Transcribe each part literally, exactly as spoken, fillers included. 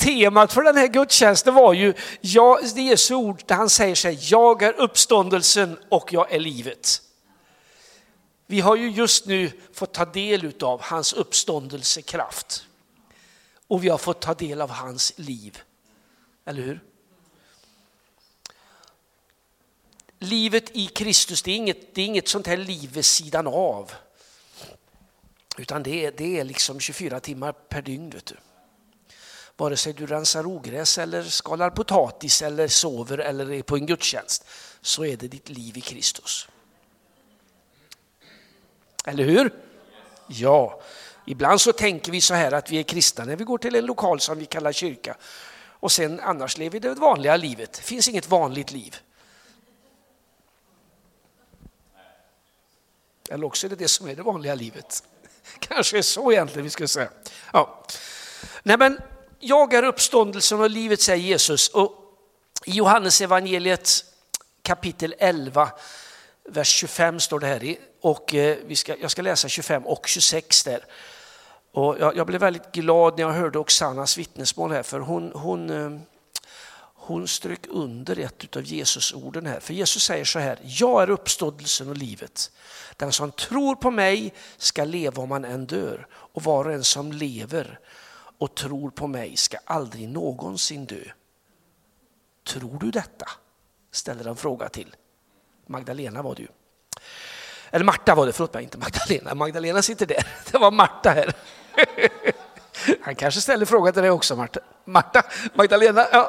temat för den här gudstjänsten var ju ja, Jesu ord där han säger sig, jag är uppståndelsen och jag är livet. Vi har ju just nu fått ta del av hans uppståndelsekraft. Och vi har fått ta del av hans liv. Eller hur? Livet i Kristus, det är inget, det är inget sånt här liv vid sidan av. Utan det är, det är liksom tjugofyra timmar per dygn. Vet du. Vare sig du rensar ogräs eller skalar potatis eller sover eller är på en gudstjänst, så är det ditt liv i Kristus. Eller hur? Ja. Ibland så tänker vi så här att vi är kristna när vi går till en lokal som vi kallar kyrka. Och sen annars lever vi det vanliga livet. Det finns inget vanligt liv. Eller också är det det som är det vanliga livet. Kanske är så egentligen vi ska säga. Ja. Nej, men jag är uppståndelsen och livet, säger Jesus. Och i Johannes evangeliet kapitel elva, vers tjugofem står det här i. Och vi ska, jag ska läsa tjugofem och tjugosex där. Och jag, jag blev väldigt glad när jag hörde Oxanas vittnesmål här. För hon, hon, hon strök under ett av Jesus orden här. För Jesus säger så här: jag är uppståndelsen och livet. Den som tror på mig ska leva om han än dör. Och var och en som lever och tror på mig ska aldrig någonsin dö. Tror du detta? Ställer en fråga till. Magdalena var det ju. Eller Marta var det, förlåt mig, inte Magdalena. Magdalena sitter där. Det var Marta här. Han kanske ställer frågan till dig också, Marta. Marta, Magdalena, ja.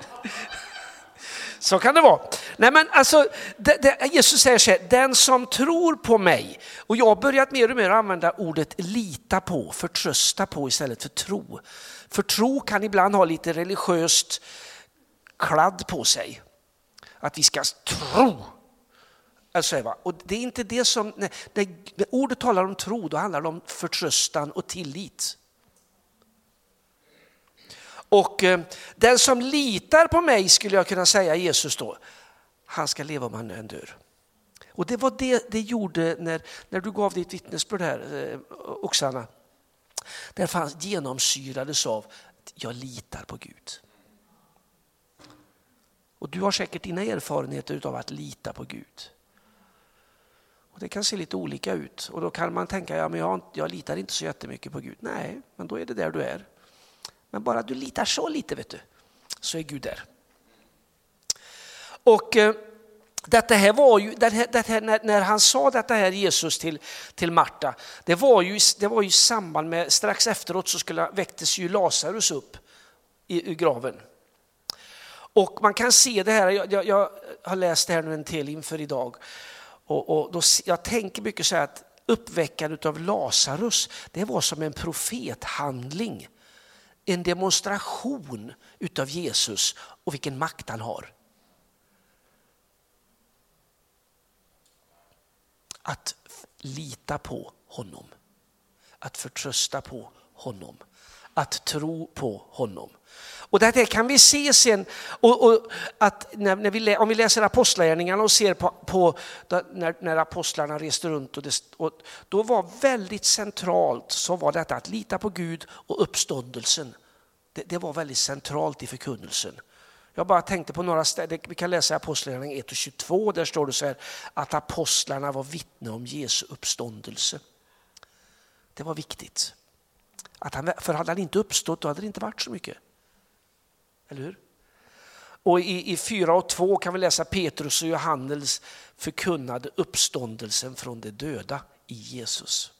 Så kan det vara. Nej, men alltså, det, det, Jesus säger så här, den som tror på mig. Och jag har börjat mer och mer använda ordet lita på, förtrösta på istället för tro. För tro kan ibland ha lite religiöst kladd på sig. Att vi ska tro. Alltså, och det är inte det som, när, när ordet talar om tro, då handlar det om förtröstan och tillit. Och eh, den som litar på mig, skulle jag kunna säga Jesus då, han ska leva om han än dör. Och det var det det gjorde när, när du gav ditt vittnesbörd här, eh, Oksana. Där fanns genomsyrades av jag litar på Gud. Och du har säkert dina erfarenheter av att lita på Gud. Och det kan se lite olika ut. Och då kan man tänka, ja, men jag, jag litar inte så jättemycket på Gud. Nej, men då är det där du är. Men bara du litar så lite, vet du, så är Gud där. Och eh, detta här var ju, det här, det här, när, när han sa detta här Jesus till, till Marta, det var ju det var ju samband med, strax efteråt så skulle, väcktes ju Lazarus upp i, i graven. Och man kan se det här, jag, jag, jag har läst det här nu en till inför idag. Och, och då, jag tänker mycket så här att uppväckandet av Lazarus, det var som en profethandling. En demonstration utav Jesus och vilken makt han har. Att lita på honom. Att förtrösta på honom. Att tro på honom. Och det här kan vi se sen, och, och att när, när vi, om vi läser apostlagärningarna och ser på, på när, när apostlarna reste runt, och, det, och då var väldigt centralt så var detta att lita på Gud och uppståndelsen. Det, det var väldigt centralt i förkunnelsen. Jag bara tänkte på några ställen, vi kan läsa apostlagärningarna ett och tjugotvå, där står det så här att apostlarna var vittne om Jesu uppståndelse. Det var viktigt. Att han, för hade han inte uppstått, då hade det inte varit så mycket. Eller hur? Och i, i fyra och två kan vi läsa Petrus och Johannes förkunnade uppståndelsen från de döda i Jesus.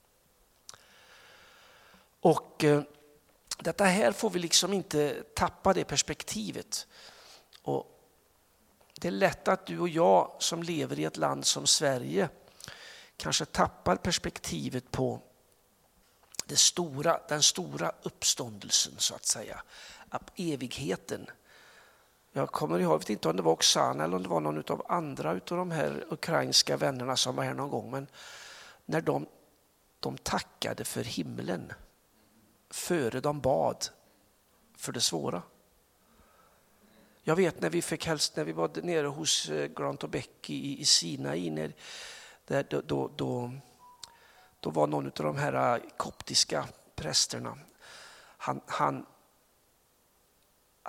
Och eh, detta här får vi liksom inte tappa det perspektivet. Och det är lätt att du och jag som lever i ett land som Sverige kanske tappar perspektivet på det stora, den stora uppståndelsen så att säga. Evigheten. Jag kommer ihåg, jag vet inte om det var Oksana eller om det var någon av andra av de här ukrainska vännerna som var här någon gång, men när de, de tackade för himlen före de bad för det svåra. Jag vet när vi fick helst, när vi var nere hos Grant och Becky i, i Sinai, när, där, då, då, då, då var någon av de här koptiska prästerna, han, han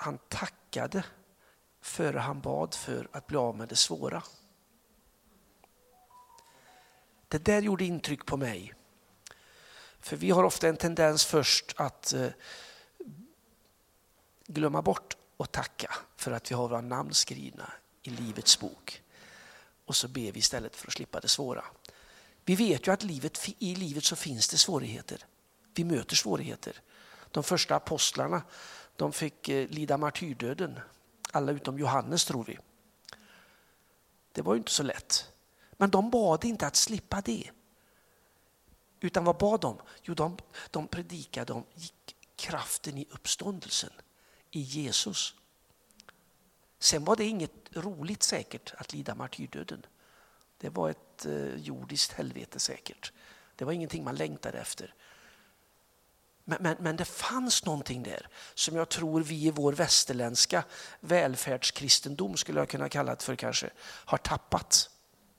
han tackade före han bad för att bli av med det svåra. Det där gjorde intryck på mig. För vi har ofta en tendens först att eh, glömma bort och tacka för att vi har våra namn skrivna i livets bok. Och så ber vi istället för att slippa det svåra. Vi vet ju att livet, i livet så finns det svårigheter. Vi möter svårigheter. De första apostlarna, de fick eh, lida martyrdöden. Alla utom Johannes, tror vi. Det var ju inte så lätt. Men de bad inte att slippa det. Utan vad bad de? Jo, de, de predikade om kraften i uppståndelsen i Jesus. Sen var det inget roligt säkert att lida martyrdöden. Det var ett eh, jordiskt helvete säkert. Det var ingenting man längtade efter. Men, men, men det fanns någonting där som jag tror vi i vår västerländska välfärdskristendom, skulle jag kunna kalla det för kanske, har tappat.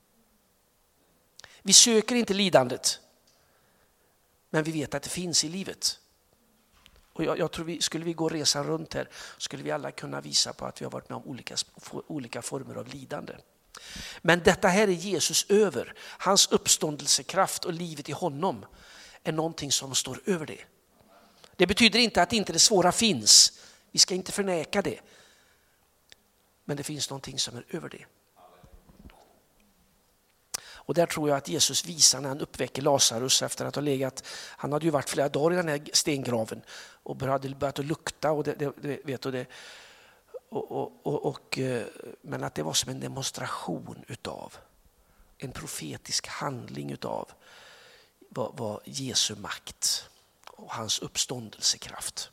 Vi söker inte lidandet, men vi vet att det finns i livet. Och jag, jag tror vi, skulle vi gå resan runt här skulle vi alla kunna visa på att vi har varit med om olika, olika former av lidande. Men detta här är Jesus över. Hans uppståndelsekraft och livet i honom är någonting som står över det. Det betyder inte att inte det svåra finns. Vi ska inte förneka det. Men det finns någonting som är över det. Och där tror jag att Jesus visar när han uppväcker Lazarus efter att ha legat. Han hade ju varit flera dagar i den här stengraven och hade börjat att lukta. Och det, det, det, vet du det. Och, och, och, och, men att det var som en demonstration utav en profetisk handling utav vad, vad Jesu makt och hans uppståndelsekraft.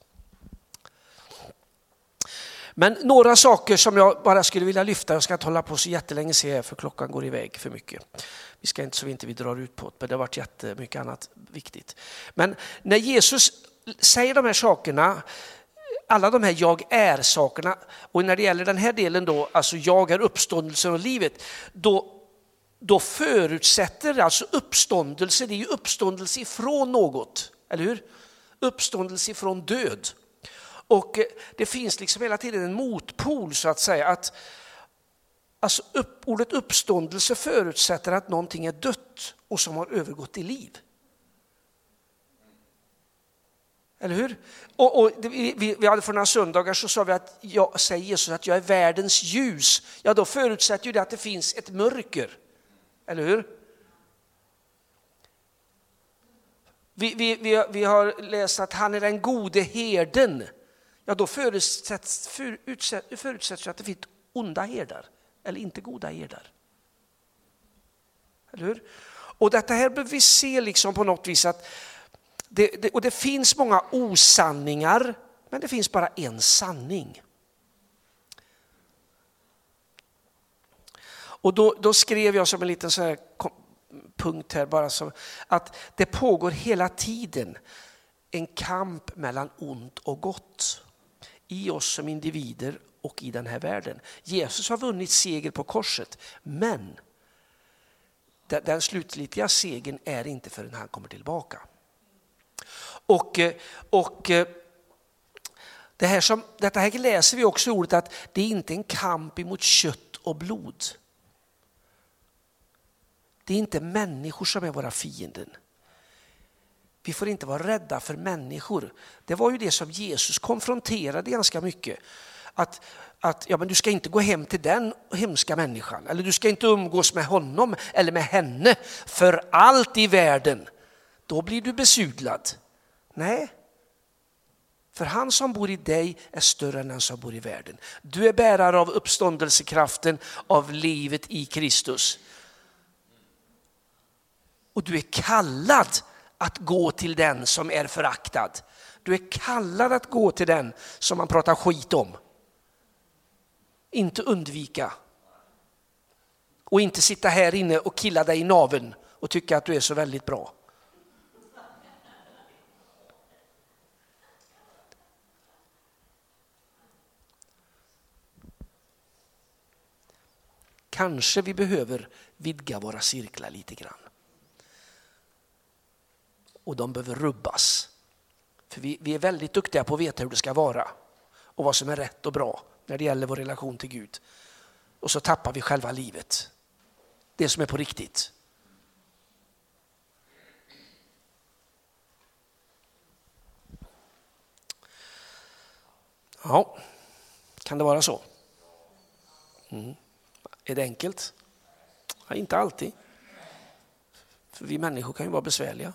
Men några saker som jag bara skulle vilja lyfta, jag ska inte hålla på så jättelänge se för klockan går iväg för mycket. Vi ska inte så vi inte vi drar ut på det, men det har varit jättemycket annat viktigt. Men när Jesus säger de här sakerna, alla de här jag är sakerna, och när det gäller den här delen då, alltså jag är uppståndelsen och livet, då, då förutsätter alltså uppståndelse, det är ju uppståndelse ifrån något, eller hur? Uppståndelse ifrån död. Och det finns liksom hela tiden en motpol så att säga, att alltså upp, ordet uppståndelse förutsätter att någonting är dött och som har övergått i liv. Eller hur? Och, och vi, vi hade för några söndagar så sa vi att jag, säger Jesus att jag är världens ljus. Ja, då förutsätter ju det att det finns ett mörker. Eller hur? Vi, vi, vi, vi har läst att han är den gode herden. Ja, då förutsätts, för, utsätt, förutsätts att det finns onda herdar eller inte goda herdar. Eller hur? Och detta här behöver vi se liksom på något vis att det, det, och det finns många osanningar, men det finns bara en sanning. Och då, då skrev jag som en liten så här punkt här bara så att det pågår hela tiden en kamp mellan ont och gott i oss som individer och i den här världen. Jesus har vunnit seger på korset, men den slutliga segern är inte förrän han kommer tillbaka. Och, och det här som, detta här läser vi också i ordet att det är inte en kamp emot kött och blod. Det är inte människor som är våra fienden. Vi får inte vara rädda för människor. Det var ju det som Jesus konfronterade ganska mycket. Att, att ja, men du ska inte gå hem till den hemska människan. Eller du ska inte umgås med honom eller med henne. För allt i världen. Då blir du besudlad. Nej. För han som bor i dig är större än den som bor i världen. Du är bärare av uppståndelsekraften av livet i Kristus. Och du är kallad att gå till den som är föraktad. Du är kallad att gå till den som man pratar skit om. Inte undvika. Och inte sitta här inne och killa dig i naveln och tycka att du är så väldigt bra. Kanske vi behöver vidga våra cirklar lite grann. Och de behöver rubbas. För vi, vi är väldigt duktiga på att veta hur det ska vara. och vad som är rätt och bra när det gäller vår relation till Gud. Och så tappar vi själva livet. Det som är på riktigt. Ja, kan det vara så? Mm. Är det enkelt? Ja, inte alltid. För vi människor kan ju vara besvärliga.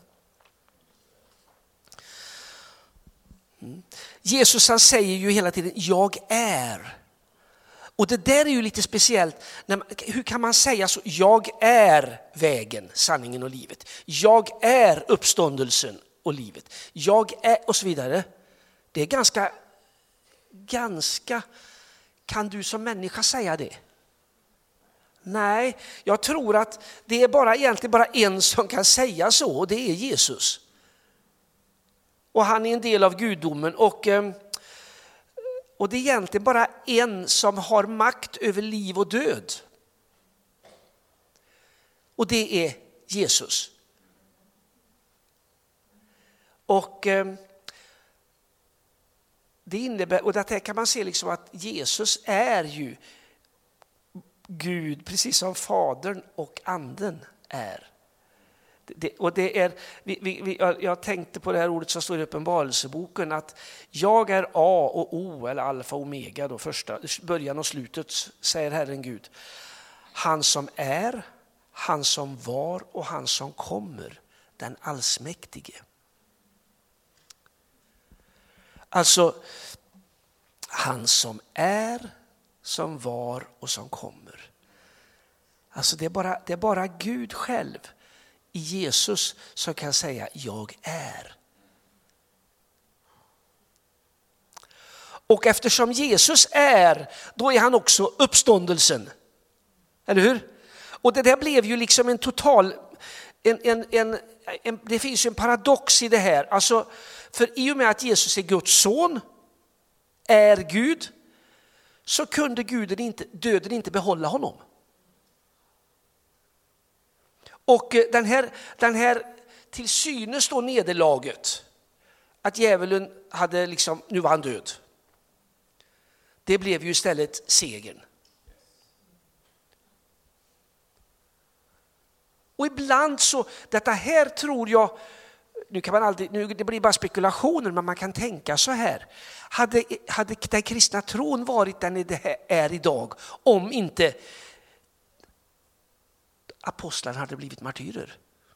Mm. Jesus han säger ju hela tiden, jag är. Och det där är ju lite speciellt. När man, hur kan man säga så? Jag är vägen, sanningen och livet. Jag är uppståndelsen och livet. Jag är och så vidare. Det är ganska, ganska, kan du som människa säga det? Nej, jag tror att det är bara, egentligen bara en som kan säga så, och det är Jesus. Och han är en del av gudomen och, och det är egentligen bara en som har makt över liv och död. Och det är Jesus. Och det innebär, och det kan man se liksom att Jesus är ju Gud, precis som Fadern och Anden är. Det, och det är vi, vi, vi, jag tänkte på det här ordet som står i Uppenbarelseboken, att jag är A och O, eller alfa och omega, då, första, början och slutet, säger Herren Gud. Han som är, han som var och han som kommer, den allsmäktige. Alltså, han som är, som var och som kommer. Alltså det är bara, det är bara Gud själv i Jesus som kan säga jag är. Och eftersom Jesus är, då är han också uppståndelsen. Eller hur? Och det där blev ju liksom en total, en, en, en, en, det finns ju en paradox i det här. Alltså, för i och med att Jesus är Guds son, är Gud, så kunde Guden inte, döden inte behålla honom. Och den här, den här till synes då nederlaget, att djävulen hade liksom, nu var han död. Det blev ju istället segern. Och ibland så, detta här tror jag, nu kan man aldrig, nu det blir bara spekulationer, men man kan tänka så här. Hade, hade den kristna tron varit den det är idag, om inte apostlarna hade blivit martyrer?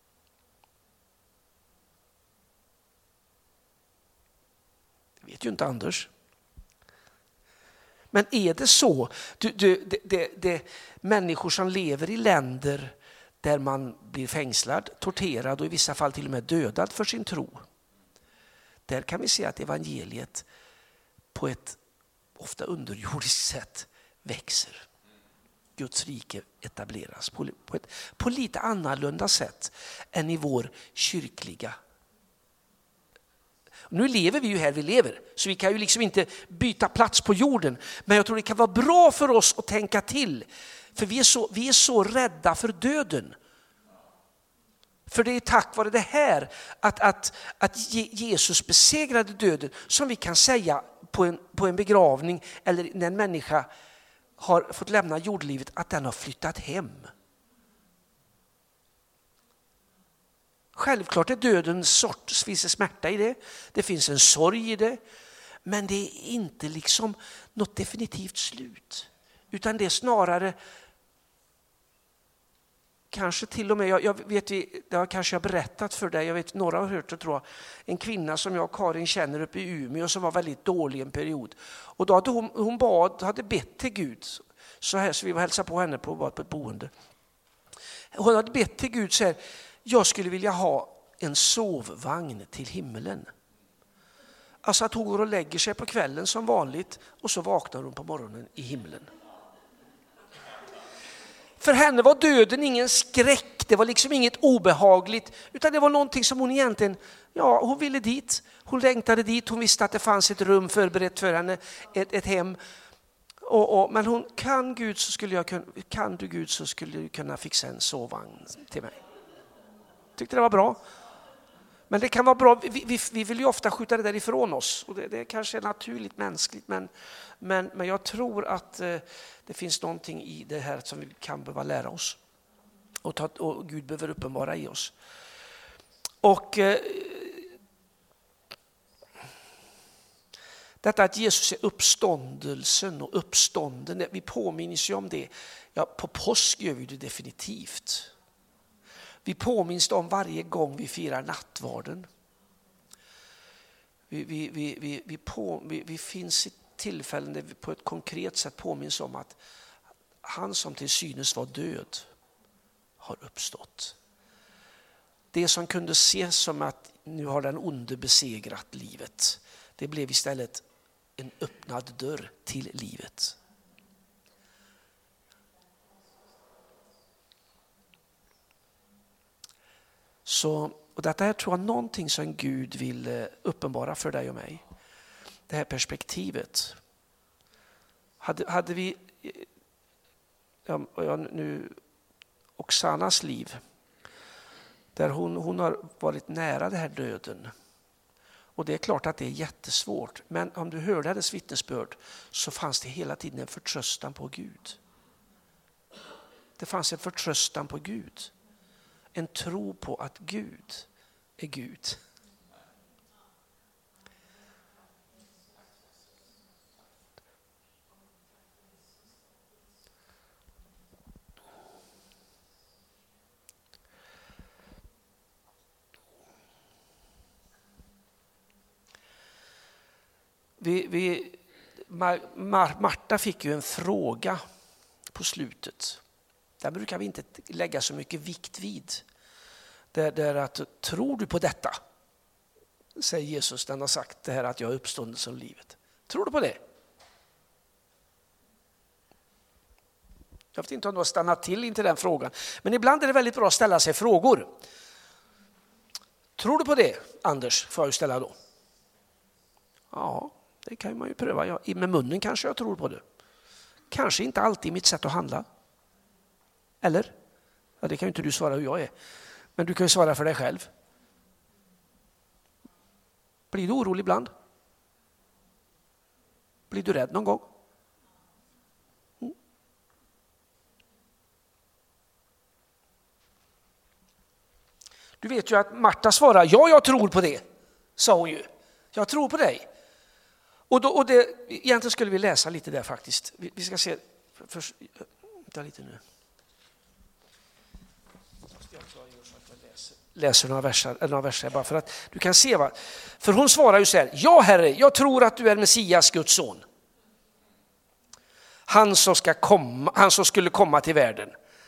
Det vet ju inte Anders. Men är det så, du, du, det, det, det, människor som lever i länder där man blir fängslad, torterad och i vissa fall till och med dödad för sin tro. Där kan vi se att evangeliet på ett ofta underjordiskt sätt växer. Guds rike etableras på, på ett på lite annorlunda sätt än i vår kyrkliga. Nu lever vi ju här vi lever, så vi kan ju liksom inte byta plats på jorden. Men jag tror det kan vara bra för oss att tänka till. För vi är så, vi är så rädda för döden. För det är tack vare det här att, att, att Jesus besegrade döden som vi kan säga på en, på en begravning eller när en människa har fått lämna jordlivet att den har flyttat hem. Självklart är döden sorts, finns en smärta i det. Det finns en sorg i det. Men det är inte liksom något definitivt slut. Utan det är snarare, kanske till och med, jag, jag vet, det har kanske jag berättat för dig, jag vet några har hört det tror jag, en kvinna som jag och Karin känner uppe i Umeå som var väldigt dålig en period. Och då hade hon, hon bad, hade bett till Gud, så här, så vi var hälsa på henne på, på ett boende. Hon hade bett till Gud så här, jag skulle vilja ha en sovvagn till himmelen. Alltså att hon går och lägger sig på kvällen som vanligt och så vaknar hon på morgonen i himlen. För henne var döden ingen skräck, det var liksom inget obehagligt, utan det var någonting som hon egentligen, ja, hon ville dit. Hon längtade dit, hon visste att det fanns ett rum förberett för henne, ett, ett hem. Och, och, men hon, kan Gud så skulle jag kunna, kan du Gud så skulle du kunna fixa en sovvagn till mig. Tyckte det var bra. Men det kan vara bra, vi, vi, vi vill ju ofta skjuta det där ifrån oss. Och det, det kanske är naturligt mänskligt, men, men, men jag tror att eh, det finns någonting i det här som vi kan behöva lära oss. Och, ta, och Gud behöver uppenbara i oss. Och eh, detta att Jesus är uppståndelsen och uppstånden, vi påminns ju om det. Ja, på påsk gör vi det definitivt. Vi påminns om varje gång vi firar nattvarden. Vi, vi, vi, vi, vi, på, vi, vi finns i tillfällen där vi på ett konkret sätt påminns om att han som till synes var död har uppstått. Det som kunde ses som att nu har den onde besegrat livet, det blev istället en öppnad dörr till livet. Så, och detta är tror jag någonting som Gud vill uppenbara för dig och mig. Det här perspektivet. Hade, hade vi ja, ja, nu Oksanas liv, där hon, hon har varit nära det här döden. Och det är klart att det är jättesvårt. Men om du hörde hennes vittnesbörd så fanns det hela tiden en förtröstan på Gud. Det fanns en förtröstan på Gud. En tro på att Gud är Gud. Vi, vi, Mar, Marta fick ju en fråga på slutet. Där brukar vi inte lägga så mycket vikt vid. Det, det är att, tror du på detta? Säger Jesus, den har sagt det här att jag är uppståndelsen som livet. Tror du på det? Jag vet inte om du har stannat till inte den frågan. Men ibland är det väldigt bra att ställa sig frågor. Tror du på det, Anders? Får jag ställa då. Ja, det kan man ju pröva. Ja, med munnen kanske jag tror på det. Kanske inte alltid mitt sätt att handla. Eller? Ja, det kan ju inte du svara hur jag är. Men du kan ju svara för dig själv. Blir du orolig ibland? Blir du rädd någon gång? Mm. Du vet ju att Marta svarar, ja jag tror på det, sa hon ju. Jag tror på dig. Och, då, och det, egentligen skulle vi läsa lite där faktiskt. Vi, vi ska se, för, för, vänta lite nu. Läser några verser, några verser bara för att du kan se vad. För hon svarar ju så här, ja Herre, jag tror att du är Messias, Guds son. Han som, ska komma, han som skulle komma till världen.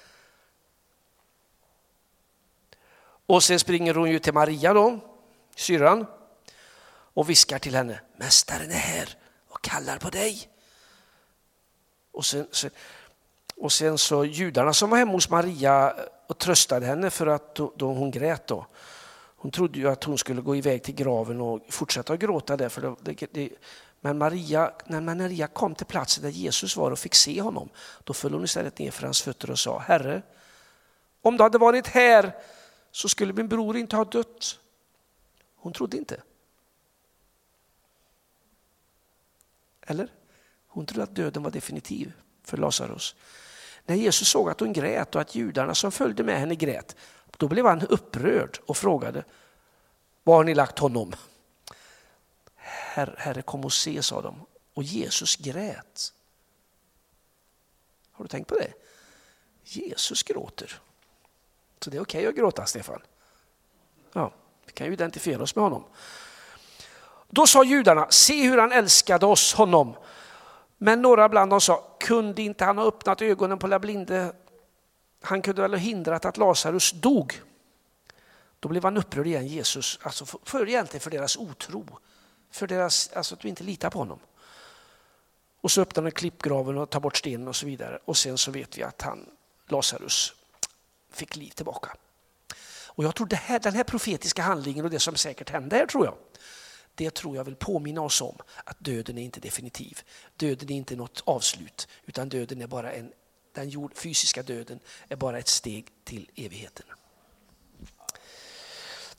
Och sen springer hon ju till Maria då, syrran, och viskar till henne, mästaren är här och kallar på dig. Och sen, sen, och sen så judarna som var hemma hos Maria och tröstade henne för att då, då hon grät då. Hon trodde ju att hon skulle gå iväg till graven och fortsätta att gråta där. För det, det, det, men Maria, när Maria kom till platsen där Jesus var och fick se honom, då föll hon istället ner för hans fötter och sa, Herre, om du hade varit här så skulle min bror inte ha dött. Hon trodde inte. Eller? Hon trodde att döden var definitiv för Lazarus. När Jesus såg att hon grät och att judarna som följde med henne grät, då blev han upprörd och frågade, var har ni lagt honom? Herre, herre kom och se, sa de. Och Jesus grät. Har du tänkt på det? Jesus gråter. Så det är okej att gråta, Stefan. Ja, vi kan ju identifiera oss med honom. Då sa judarna, se hur han älskade oss, honom. Men några bland dem sa, kunde inte han ha öppnat ögonen på den blinde? Han kunde väl ha hindrat att Lazarus dog. Då blev han upprörd igen, Jesus. Alltså för, för egentligen för deras otro. För deras, alltså att vi inte litar på honom. Och så öppnar han klippgraven och tar bort stenen och så vidare. Och sen så vet vi att han, Lazarus, fick liv tillbaka. Och jag tror det här, den här profetiska handlingen och det som säkert hände här tror jag. Det tror jag vill påminna oss om att döden är inte definitiv. Döden är inte något avslut, utan döden är bara en, den jord, fysiska döden är bara ett steg till evigheten.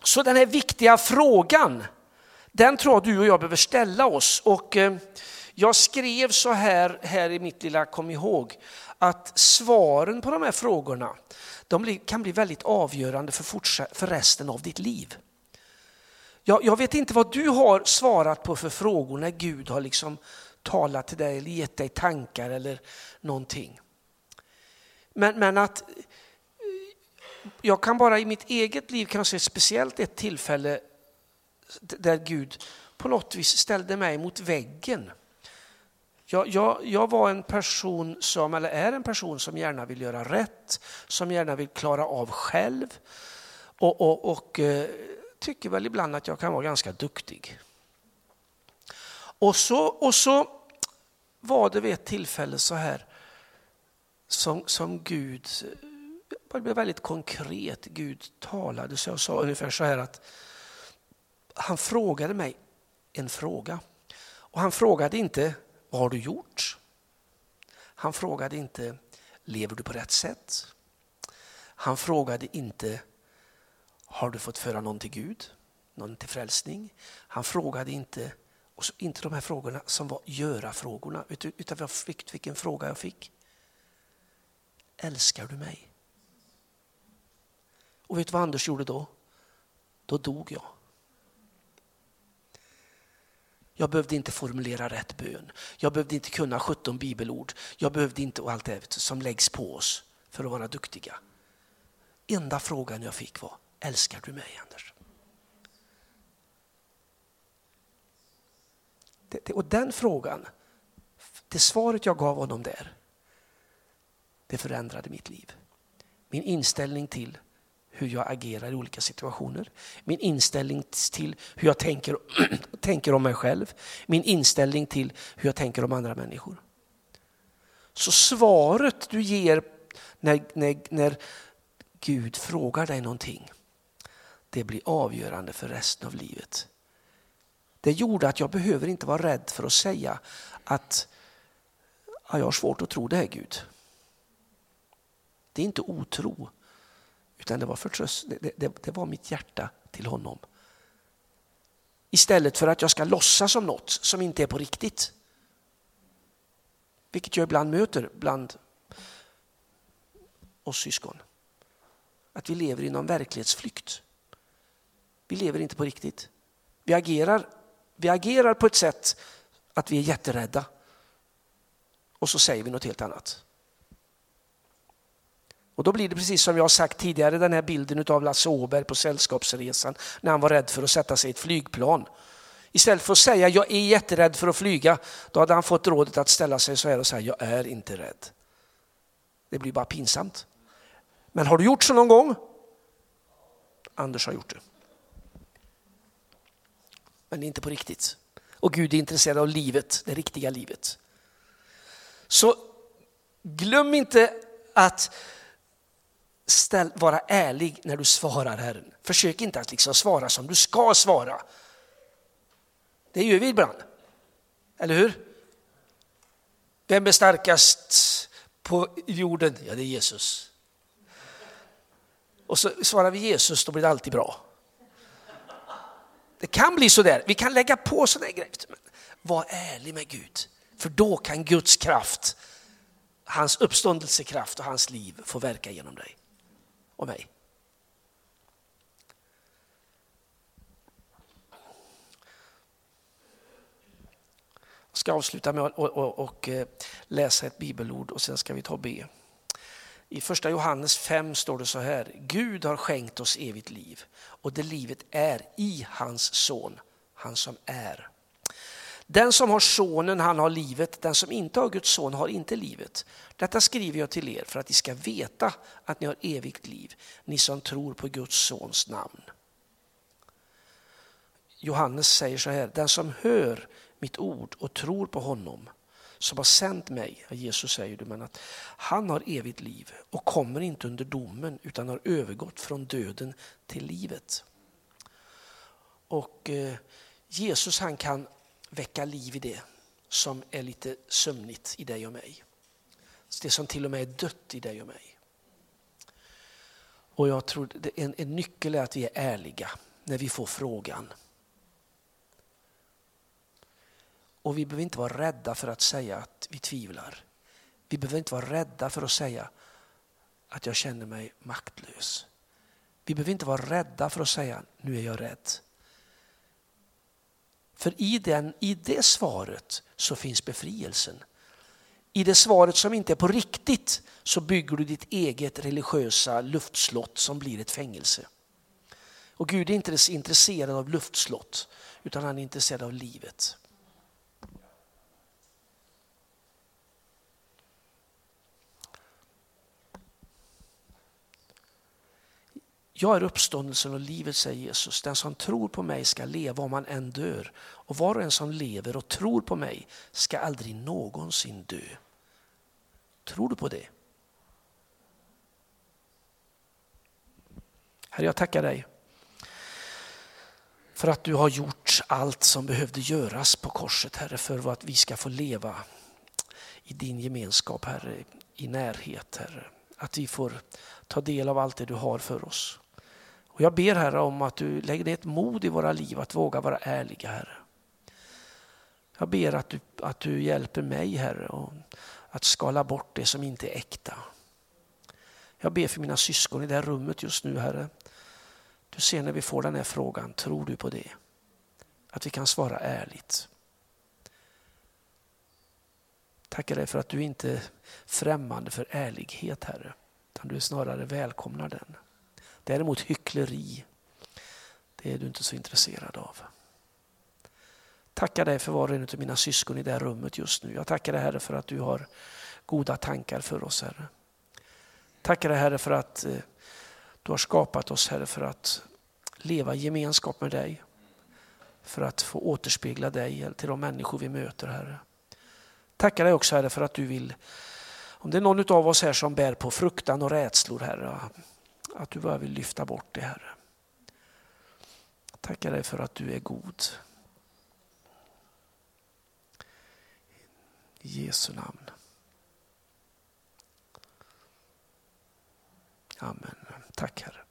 Så den här viktiga frågan, den tror jag du och jag behöver ställa oss. Och eh, jag skrev så här, här i mitt lilla kom ihåg, att svaren på de här frågorna, de kan bli väldigt avgörande för, fortsatt, för resten av ditt liv. Jag, jag vet inte vad du har svarat på för frågor när Gud har liksom talat till dig eller gett dig tankar eller någonting. Men, men att jag kan bara i mitt eget liv kanske speciellt ett tillfälle där Gud på något vis ställde mig mot väggen. Jag, jag, jag var en person som, eller är en person som gärna vill göra rätt, som gärna vill klara av själv och, och, och eh, tycker väl ibland att jag kan vara ganska duktig. Och så, och så var det vid ett tillfälle så här som, som Gud, det blev väldigt konkret, Gud talade så jag sa ungefär så här att han frågade mig en fråga. Och han frågade inte, vad har du gjort? Han frågade inte, lever du på rätt sätt? Han frågade inte, har du fått föra någon till Gud? Någon till frälsning? Han frågade inte, och så inte de här frågorna som var göra-frågorna, utan jag fick, vilken fråga jag fick. Älskar du mig? Och vet du vad Anders gjorde då? Då dog jag. Jag behövde inte formulera rätt bön. Jag behövde inte kunna sjutton bibelord. Jag behövde inte och allt det som läggs på oss för att vara duktiga. Enda frågan jag fick var, älskar du mig, Anders? Det, det, och den frågan, det svaret jag gav honom där, det förändrade mitt liv. Min inställning till hur jag agerar i olika situationer. Min inställning till hur jag tänker, tänker om mig själv. Min inställning till hur jag tänker om andra människor. Så svaret du ger när, när, när Gud frågar dig någonting, det blir avgörande för resten av livet. Det gjorde att jag behöver inte vara rädd för att säga att ja, jag har svårt att tro det här Gud. Det är inte otro. Utan det var förtröst, det, det, det var mitt hjärta till honom. Istället för att jag ska låtsas som något som inte är på riktigt. Vilket jag ibland möter bland oss syskon. Att vi lever i någon verklighetsflykt. Vi lever inte på riktigt. Vi agerar, vi agerar på ett sätt att vi är jätterädda. Och så säger vi något helt annat. Och då blir det precis som jag har sagt tidigare, den här bilden av Lasse Åberg på Sällskapsresan när han var rädd för att sätta sig i ett flygplan. Istället för att säga jag är jätterädd för att flyga, då hade han fått rådet att ställa sig så här och säga jag är inte rädd. Det blir bara pinsamt. Men har du gjort så någon gång? Anders har gjort det. Men det är inte på riktigt. Och Gud är intresserad av livet, det riktiga livet. Så glöm inte att ställ, vara ärlig när du svarar Herren. Försök inte att liksom svara som du ska svara. Det gör vi ibland. Eller hur? Vem är starkast på jorden? Ja, det är Jesus. Och så svarar vi Jesus, då blir det alltid bra. Det kan bli så där. Vi kan lägga på sådana grejer. Men var ärlig med Gud. För då kan Guds kraft, hans uppståndelsekraft och hans liv få verka genom dig och mig. Jag ska avsluta med att och, och, och läsa ett bibelord och sen ska vi ta och be. I första Johannes fem står det så här: Gud har skänkt oss evigt liv och det livet är i hans son, han som är. Den som har sonen, han har livet. Den som inte har Guds son har inte livet. Detta skriver jag till er för att ni ska veta att ni har evigt liv. Ni som tror på Guds sons namn. Johannes säger så här: den som hör mitt ord och tror på honom som har sänt mig, Jesus säger du, men att han har evigt liv och kommer inte under domen utan har övergått från döden till livet. Och eh, Jesus, han kan väcka liv i det som är lite sömnigt i dig och mig. Det som till och med är dött i dig och mig. Och jag tror det är en, en nyckel är att vi är ärliga när vi får frågan. Och vi behöver inte vara rädda för att säga att vi tvivlar. Vi behöver inte vara rädda för att säga att jag känner mig maktlös. Vi behöver inte vara rädda för att säga nu är jag rädd. För i, den, i det svaret så finns befrielsen. I det svaret som inte är på riktigt så bygger du ditt eget religiösa luftslott som blir ett fängelse. Och Gud är inte intresserad av luftslott utan han är intresserad av livet. Jag är uppståndelsen och livet, säger Jesus. Den som tror på mig ska leva om han än dör. Och var och en som lever och tror på mig ska aldrig någonsin dö. Tror du på det? Herre, jag tackar dig för att du har gjort allt som behövde göras på korset, Herre, för att vi ska få leva i din gemenskap, Herre, i närhet, Herre. Att vi får ta del av allt det du har för oss. Och jag ber, Herre, om att du lägger ner ett mod i våra liv att våga vara ärliga, Herre. Jag ber att du, att du hjälper mig, Herre, och att skala bort det som inte är äkta. Jag ber för mina syskon i det här rummet just nu, Herre. Du ser när vi får den här frågan, tror du på det? Att vi kan svara ärligt. Tackar dig för att du inte är främmande för ärlighet, Herre. Utan du snarare välkomnar den. Däremot hyckleri, det är du inte så intresserad av. Tackar dig för var och en av mina syskon i det här rummet just nu. Jag tackar dig, Herre, för att du har goda tankar för oss, Herre. Tackar dig, Herre, för att eh, du har skapat oss, Herre, för att leva i gemenskap med dig. För att få återspegla dig till de människor vi möter, Herre. Tackar dig också, Herre, för att du vill, om det är någon av oss här som bär på fruktan och rädslor, Herre, att du bara vill lyfta bort det, Herre. Tackar dig för att du är god. I Jesu namn. Amen. Tack, Herre.